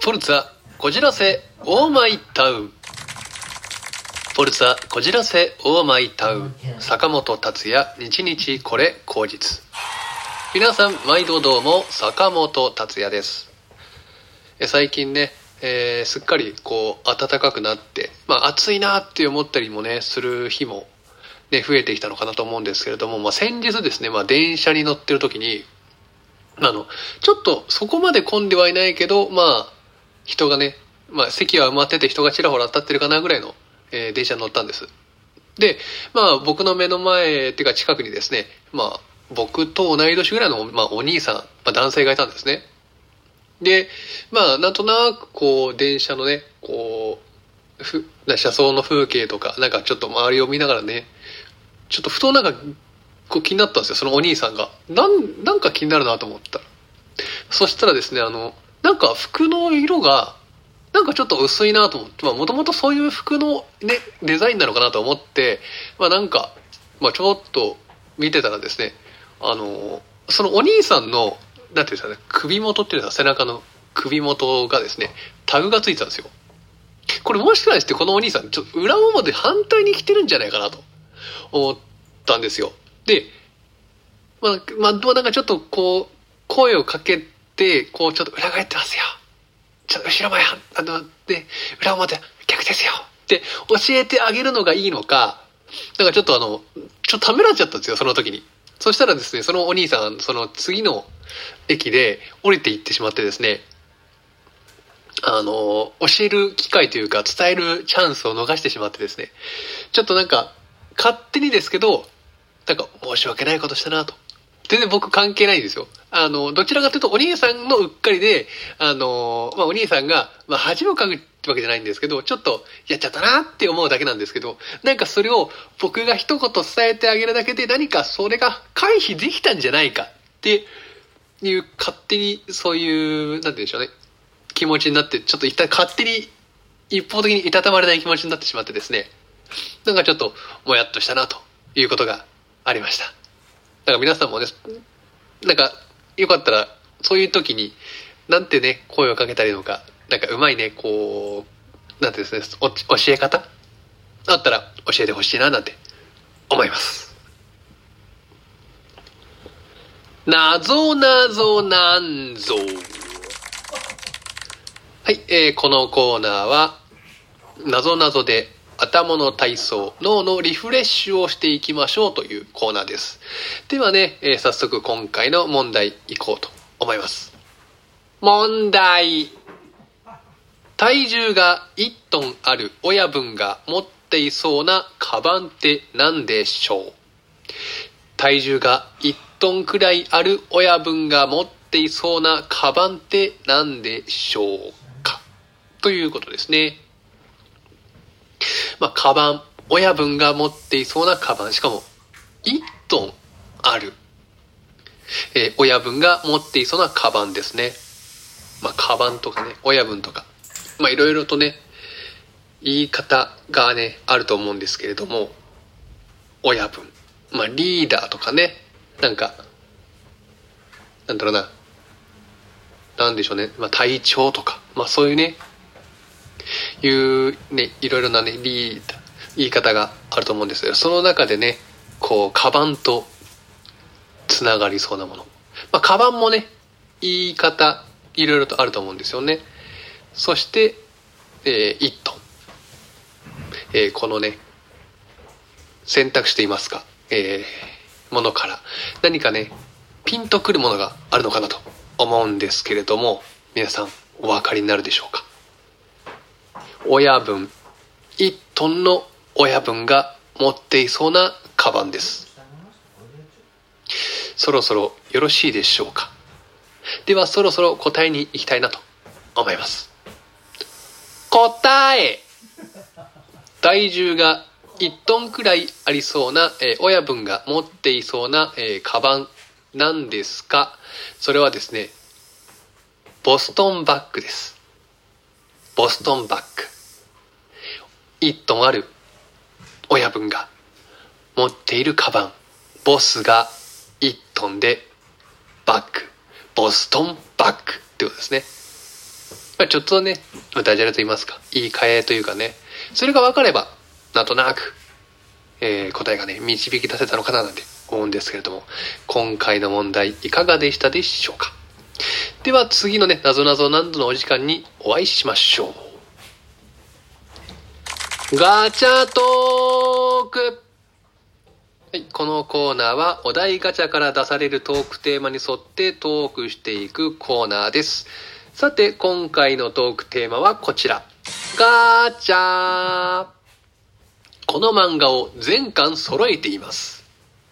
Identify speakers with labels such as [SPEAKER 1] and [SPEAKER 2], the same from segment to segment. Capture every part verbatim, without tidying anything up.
[SPEAKER 1] フォルツァこじらせオーマイタウン。フォルツァこじらせオーマイタウン。坂本達也日々これ口実。皆さん毎度どうも、坂本達也です。え最近ね、えー、すっかりこう暖かくなって、まあ暑いなって思ったりもねする日もね増えてきたのかなと思うんですけれども、まあ、先日ですね、まあ、電車に乗ってる時にあのちょっとそこまで混んではいないけど、まあ人がね、まあ、席は埋まってて人がちらほら立ってるかなぐらいの、えー、電車に乗ったんです。で、まあ僕の目の前っていうか近くにですね、まあ僕と同い年ぐらいの、まあ、お兄さん、まあ、男性がいたんですね。で、まあなんとなくこう電車のね、こうふ車窓の風景とかなんかちょっと周りを見ながらね、ちょっとふとなんかこう気になったんですよ。そのお兄さんがなんなんか気になるなと思ったら、そしたらですね、あのなんか服の色がなんかちょっと薄いなと思って、まあもともとそういう服のねデザインなのかなと思って、まあなんかまあちょっと見てたらですね、あのそのお兄さんのなんていうんですかね、首元っていうのは背中の首元がですねタグがついてたんですよ。これもしかしてこのお兄さんちょっと裏表反対に着てるんじゃないかなと思ったんですよ。で、まあまあなんかちょっとこう声をかけてこうちょっと裏返ってますよ。ちょっと後ろ前あので裏表逆ですよって教えてあげるのがいいのか、なんかちょっとあのちょっとためらっちゃったんですよその時に。そしたらですね、そのお兄さんその次の駅で降りていってしまってですね、あの教える機会というか伝えるチャンスを逃してしまってですね、ちょっとなんか勝手にですけどなんか申し訳ないことしたなと。全然僕関係ないんですよ。あのどちらかというとお兄さんのうっかりで、あの、まあ、お兄さんが、まあ、恥をかくってわけじゃないんですけど、ちょっとやっちゃったなって思うだけなんですけど、なんかそれを僕が一言伝えてあげるだけで何かそれが回避できたんじゃないかっていう勝手にそういうなんて言うんでしょうね、気持ちになって、ちょっと一旦勝手に一方的にいたたまれない気持ちになってしまってですね、なんかちょっともやっとしたなということがありました。だから皆さんもね、なんかよかったらそういう時になんてね声をかけたりとか、なんかうまいねこうなんてですねお教え方あったら教えてほしいななんて思います。なぞなぞなんぞ。はい、えー、このコーナーはなぞなぞで頭の体操、脳のリフレッシュをしていきましょうというコーナーです。ではね、えー、早速今回の問題いこうと思います。問題。体重がいちトンある親分が持っていそうなカバンって何でしょう。体重がいちトンくらいある親分が持っていそうなカバンって何でしょうかということですね。まあ、カバン、親分が持っていそうなカバン、しかもいちトンある、えー、親分が持っていそうなカバンですね。まあ、カバンとかね、親分とか、まあいろいろとね言い方がねあると思うんですけれども、親分、まあリーダーとかね、なんかなんだろうな、なんでしょうね、まあ隊長とか、まあそういうねいうねいろいろなねリーダー言い方があると思うんですけど、その中でねこうカバンとつながりそうなもの、まあカバンもね言い方いろいろとあると思うんですよね。そして、えー、いちトン、えー、このね選択していますか、えー、ものから何かねピンとくるものがあるのかなと思うんですけれども、皆さんお分かりになるでしょうか。親分、いちトンの親分が持っていそうなカバンです。そろそろよろしいでしょうか。ではそろそろ答えに行きたいなと思います。答え。体重がいちトンくらいありそうな、えー、親分が持っていそうな、えー、カバンなんですか。それはですね、ボストンバッグです。ボストンバッグ。いちトンある親分が持っているカバン、ボスがいちトンでバッグ、ボストンバッグってことですね。 まあ、ちょっとねダジャレと言いますか言い換えというかね、それが分かればなんとなく、えー、答えがね導き出せたのかななんて思うんですけれども、今回の問題いかがでしたでしょうか。では次のねなぞなぞ難度のお時間にお会いしましょう。ガチャトーク。はい、このコーナーはお題ガチャから出されるトークテーマに沿ってトークしていくコーナーです。さて今回のトークテーマはこちら。ガチャー。この漫画を全巻揃えています。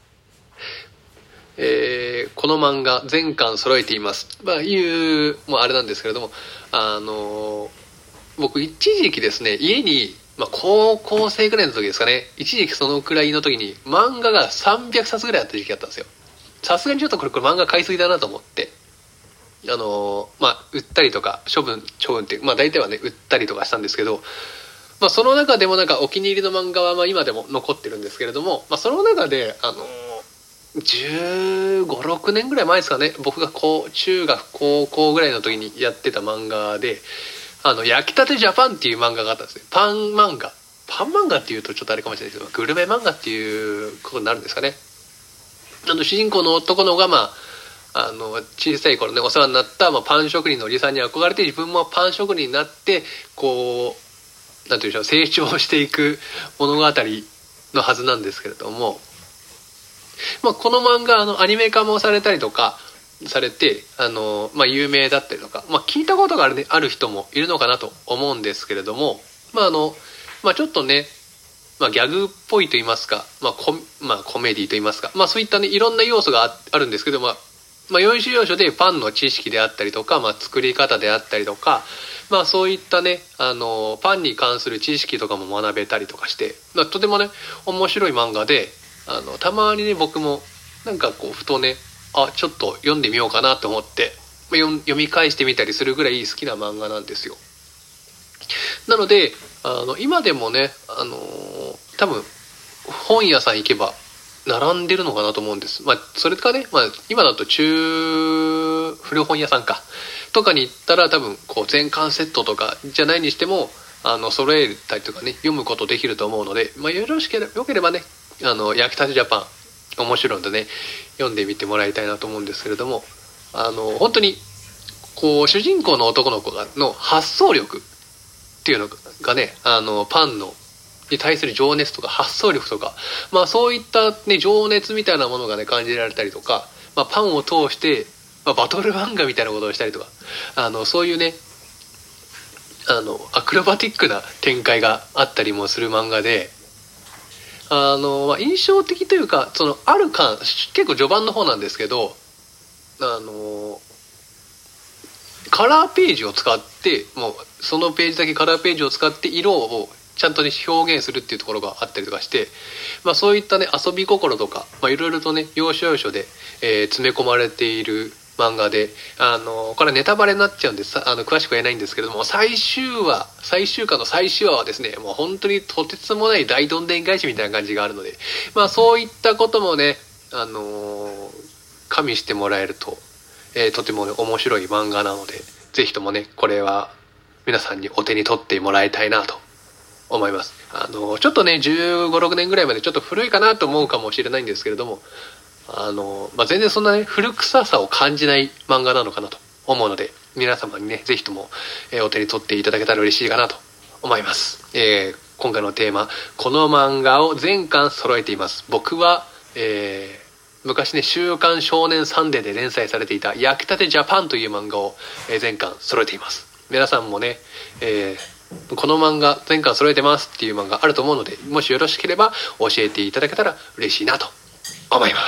[SPEAKER 1] えー、この漫画全巻揃えています。まあいうもうあれなんですけれども、あのー、僕一時期ですね家にまあ、高校生ぐらいの時ですかね。一時期そのくらいの時に漫画がさんびゃくさつぐらいあった時期あったんですよ。さすがにちょっとこれこれ漫画買いすぎだなと思って。あのー、まあ、売ったりとか、処分、処分っていう、まあ大体はね、売ったりとかしたんですけど、まあその中でもなんかお気に入りの漫画はまあ今でも残ってるんですけれども、まあその中で、あのー、じゅうご、ろくねんぐらい前ですかね。僕がこう、中学、高校ぐらいの時にやってた漫画で、あの、焼きたてジャパンっていう漫画があったんですね。パン漫画。パン漫画っていうとちょっとあれかもしれないですけど、グルメ漫画っていうことになるんですかね。あの、主人公の男の子が、まあ、あの、小さい頃ね、お世話になった、まあ、パン職人のおじさんに憧れて、自分もパン職人になって、こう、なんていうんでしょう、成長していく物語のはずなんですけれども、まあ、この漫画、あの、アニメ化もされたりとか、されて、あの、まあ、有名だったりとか、まあ、聞いたことがある、ね、ある人もいるのかなと思うんですけれども、まあ、あの、まあ、ちょっとね、まあ、ギャグっぽいと言いますか、まあ、コ、まあ、コメディと言いますか、まあ、そういったね、いろんな要素が あ, あるんですけど、まあ、まあ、要所要所でパンの知識であったりとか、まあ、作り方であったりとか、まあ、そういったね、あの、パンに関する知識とかも学べたりとかして、まあ、とてもね、面白い漫画で、あの、たまにね、僕も、なんかこう、ふとね、あ、ちょっと読んでみようかなと思って、まあ、読み返してみたりするぐらい好きな漫画なんですよ。なので、あの、今でもね、あのー、多分、本屋さん行けば、並んでるのかなと思うんです。まあ、それかね、まあ、今だと中、古本屋さんか、とかに行ったら多分、こう、全巻セットとかじゃないにしても、あの、揃えたりとかね、読むことできると思うので、まあ、よろしければ、よければね、あの、焼きたてジャパン、面白いのでね読んでみてもらいたいなと思うんですけれども、あの本当にこう主人公の男の子がの発想力っていうのがね、あのパンのに対する情熱とか発想力とか、まあそういったね情熱みたいなものがね感じられたりとか、まあ、パンを通して、まあ、バトル漫画みたいなことをしたりとか、あのそういうねあのアクロバティックな展開があったりもする漫画で、あの、まあ、印象的というか、その、ある巻、結構序盤の方なんですけど、あの、カラーページを使って、もう、そのページだけカラーページを使って色をちゃんとね、表現するっていうところがあったりとかして、まあ、そういったね、遊び心とか、まあ、いろいろとね、要所要所で、えー、詰め込まれている漫画で、あの、これネタバレになっちゃうんで、あの、詳しくは言えないんですけれども、最終話、最終巻の最終話はですね、もう本当にとてつもない大どんでん返しみたいな感じがあるので、まあそういったこともね、あのー、加味してもらえると、えー、とてもね、面白い漫画なので、ぜひともね、これは皆さんにお手に取ってもらいたいなと思います。あのー、ちょっとね、じゅうご、ろくねんぐらいまでちょっと古いかなと思うかもしれないんですけれども、あの、まあ、全然そんなね、古臭さを感じない漫画なのかなと思うので、皆様にね、ぜひとも、えー、お手に取っていただけたら嬉しいかなと思います。えー、今回のテーマ、この漫画を全巻揃えています。僕は、えー、昔ね、週刊少年サンデーで連載されていた、焼きたてジャパンという漫画を、えー、全巻揃えています。皆さんもね、えー、この漫画全巻揃えてますっていう漫画あると思うので、もしよろしければ教えていただけたら嬉しいなと思います。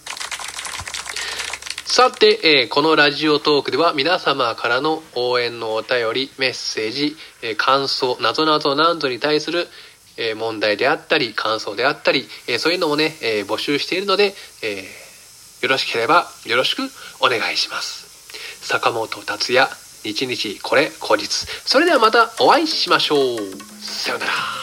[SPEAKER 1] さて、えー、このラジオトークでは皆様からの応援のお便り、メッセージ、えー、感想、なぞなぞなんぞに対する、えー、問題であったり、感想であったり、えー、そういうのもね、えー、募集しているので、えー、よろしければよろしくお願いします。坂本達也、日々これ後日。それではまたお会いしましょう。さようなら。